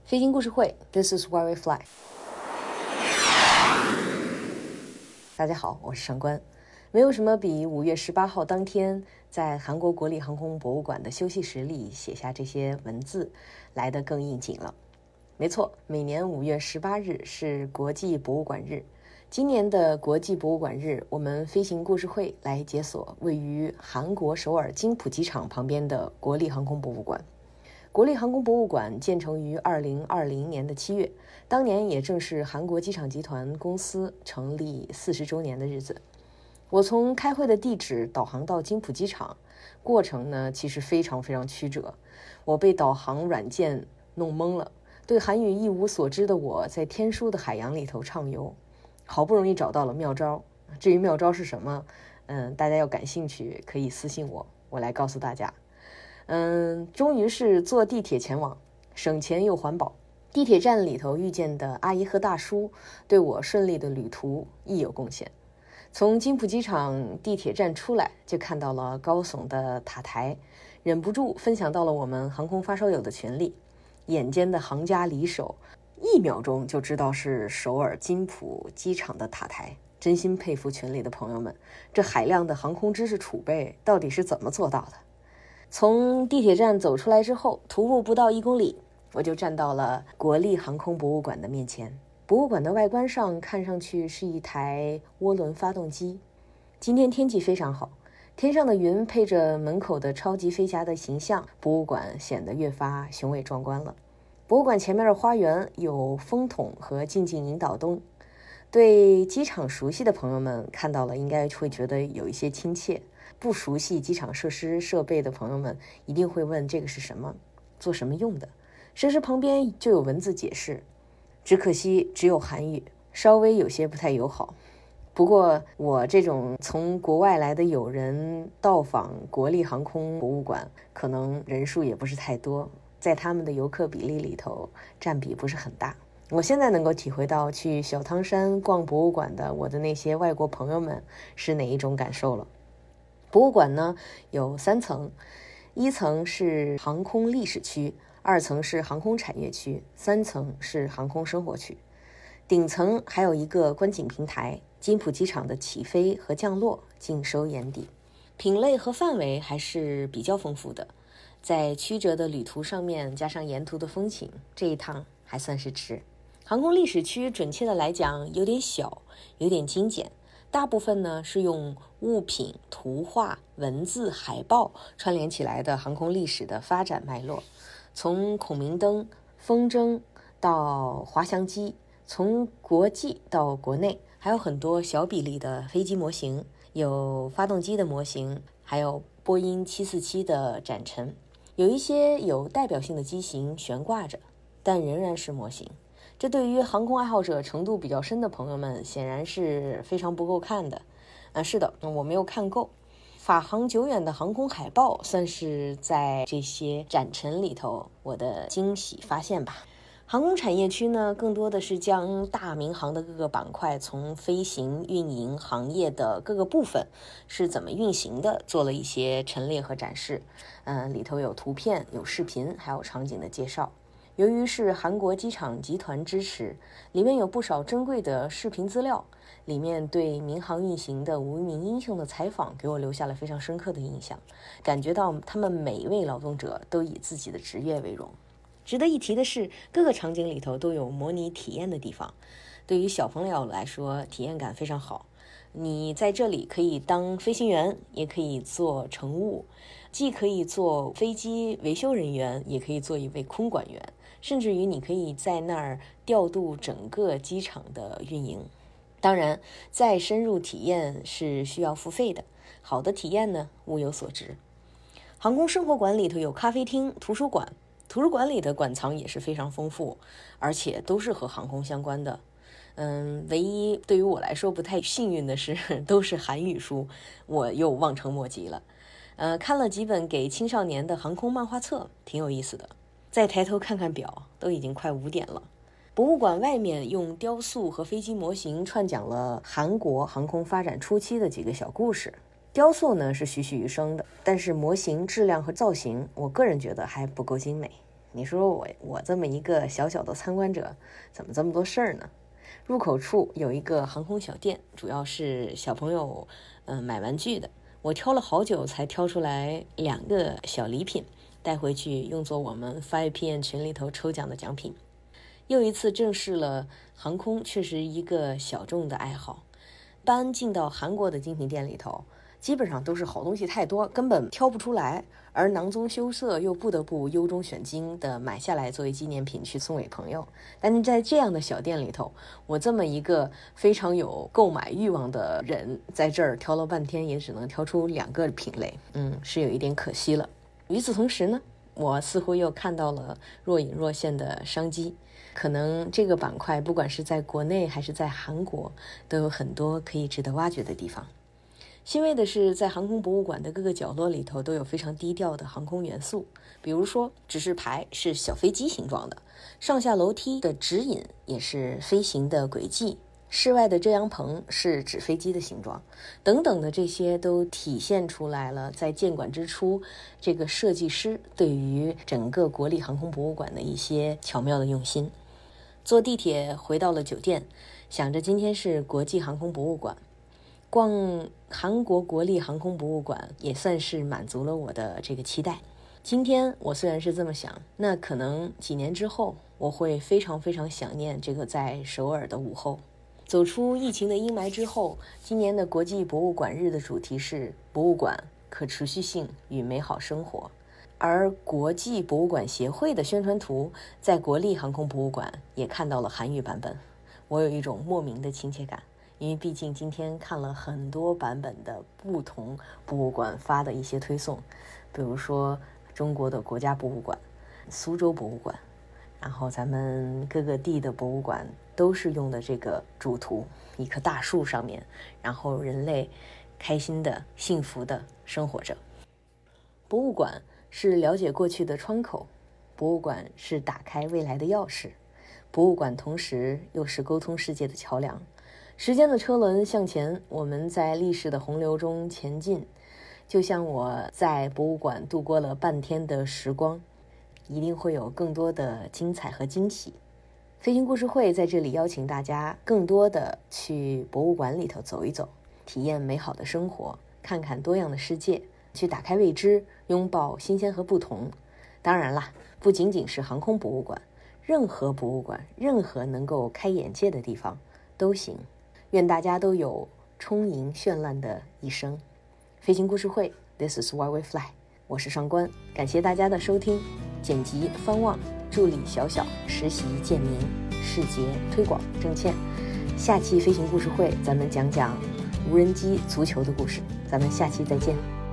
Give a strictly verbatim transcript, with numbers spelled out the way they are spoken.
飞行故事会 This is why we fly。 大家好，我是上官。没有什么比五月十八号当天在韩国国立航空博物馆的休息室里写下这些文字来得更应景了。没错，每年五月十八日是国际博物馆日。今年的国际博物馆日，我们飞行故事会来解锁位于韩国首尔金浦机场旁边的国立航空博物馆。国立航空博物馆建成于二零二零年的七月，当年也正是韩国机场集团公司成立四十周年的日子。我从开会的地址导航到金浦机场，过程呢其实非常非常曲折，我被导航软件弄懵了，对韩语一无所知的我在天书的海洋里头畅游，好不容易找到了妙招。至于妙招是什么，嗯，大家要感兴趣可以私信我，我来告诉大家。嗯，终于是坐地铁前往，省钱又环保。地铁站里头遇见的阿姨和大叔，对我顺利的旅途亦有贡献。从金浦机场地铁站出来，就看到了高耸的塔台，忍不住分享到了我们航空发烧友的群里。眼尖的行家里手，一秒钟就知道是首尔金浦机场的塔台，真心佩服群里的朋友们，这海量的航空知识储备到底是怎么做到的？从地铁站走出来之后，徒步不到一公里，我就站到了国立航空博物馆的面前。博物馆的外观上看上去是一台涡轮发动机。今天天气非常好，天上的云配着门口的超级飞侠的形象，博物馆显得越发雄伟壮观了。博物馆前面的花园有风筒和静静引导灯，对机场熟悉的朋友们看到了应该会觉得有一些亲切，不熟悉机场设施设备的朋友们一定会问这个是什么，做什么用的。设施旁边就有文字解释，只可惜只有韩语，稍微有些不太友好。不过我这种从国外来的友人到访国立航空博物馆，可能人数也不是太多，在他们的游客比例里头占比不是很大。我现在能够体会到去小汤山逛博物馆的我的那些外国朋友们是哪一种感受了。博物馆呢有三层，一层是航空历史区，二层是航空产业区，三层是航空生活区。顶层还有一个观景平台，金浦机场的起飞和降落尽收眼底。品类和范围还是比较丰富的，在曲折的旅途上面加上沿途的风情，这一趟还算是值。航空历史区准确的来讲有点小，有点精简，大部分呢是用物品、图画、文字、海报串联起来的航空历史的发展脉络，从孔明灯、风筝到滑翔机，从国际到国内，还有很多小比例的飞机模型，有发动机的模型，还有波音七四七的展陈，有一些有代表性的机型悬挂着，但仍然是模型。这对于航空爱好者程度比较深的朋友们显然是非常不够看的。啊，是的，我没有看够。法航久远的航空海报算是在这些展陈里头我的惊喜发现吧。航空产业区呢，更多的是将大民航的各个板块，从飞行、运营、行业的各个部分是怎么运行的，做了一些陈列和展示。嗯，里头有图片、有视频，还有场景的介绍。由于是韩国机场集团支持，里面有不少珍贵的视频资料，里面对民航运行的无名英雄的采访给我留下了非常深刻的印象，感觉到他们每一位劳动者都以自己的职业为荣。值得一提的是，各个场景里头都有模拟体验的地方，对于小朋友来说体验感非常好。你在这里可以当飞行员，也可以做乘务，既可以做飞机维修人员，也可以做一位空管员，甚至于你可以在那儿调度整个机场的运营。当然，再深入体验是需要付费的，好的体验呢，物有所值。航空生活馆里头有咖啡厅、图书馆，图书馆里的馆藏也是非常丰富，而且都是和航空相关的。嗯，唯一对于我来说不太幸运的是，都是韩语书，我又望尘莫及了。呃，看了几本给青少年的航空漫画册，挺有意思的。再抬头看看表，都已经快五点了。博物馆外面用雕塑和飞机模型串讲了韩国航空发展初期的几个小故事。雕塑呢是栩栩如生的，但是模型质量和造型，我个人觉得还不够精美。 你说我我这么一个小小的参观者，怎么这么多事儿呢？入口处有一个航空小店，主要是小朋友嗯、呃、买玩具的。我挑了好久才挑出来两个小礼品，带回去用作我们 五 P M 群里头抽奖的奖品。又一次证实了航空确实一个小众的爱好。搬进到韩国的精品店里头，基本上都是好东西太多，根本挑不出来，而囊中羞涩又不得不优中选精的买下来作为纪念品去送给朋友。但是在这样的小店里头，我这么一个非常有购买欲望的人，在这儿挑了半天也只能挑出两个品类，嗯，是有一点可惜了。与此同时呢，我似乎又看到了若隐若现的商机。可能这个板块不管是在国内还是在韩国，都有很多可以值得挖掘的地方。欣慰的是，在航空博物馆的各个角落里头都有非常低调的航空元素，比如说指示牌是小飞机形状的，上下楼梯的指引也是飞行的轨迹，室外的遮阳棚是纸飞机的形状，等等的这些都体现出来了在建馆之初这个设计师对于整个国立航空博物馆的一些巧妙的用心。坐地铁回到了酒店，想着今天是国际航空博物馆，逛韩国国立航空博物馆也算是满足了我的这个期待。今天我虽然是这么想，那可能几年之后我会非常非常想念这个在首尔的午后。走出疫情的阴霾之后，今年的国际博物馆日的主题是博物馆、可持续性与美好生活。而国际博物馆协会的宣传图在国立航空博物馆也看到了韩语版本，我有一种莫名的亲切感，因为毕竟今天看了很多版本的不同博物馆发的一些推送，比如说中国的国家博物馆、苏州博物馆，然后咱们各个地的博物馆都是用的这个主图，一棵大树上面，然后人类开心的幸福的生活着。博物馆是了解过去的窗口，博物馆是打开未来的钥匙，博物馆同时又是沟通世界的桥梁。时间的车轮向前，我们在历史的洪流中前进，就像我在博物馆度过了半天的时光，一定会有更多的精彩和惊喜。飞行故事会在这里邀请大家更多的去博物馆里头走一走，体验美好的生活，看看多样的世界，去打开未知，拥抱新鲜和不同。当然啦，不仅仅是航空博物馆，任何博物馆，任何能够开眼界的地方都行。愿大家都有充盈绚烂的一生。飞行故事会 This is why we fly， 我是上官，感谢大家的收听。剪辑方望，助理小小，实习建明，世杰推广郑倩。下期飞行故事会咱们讲讲无人机足球的故事，咱们下期再见。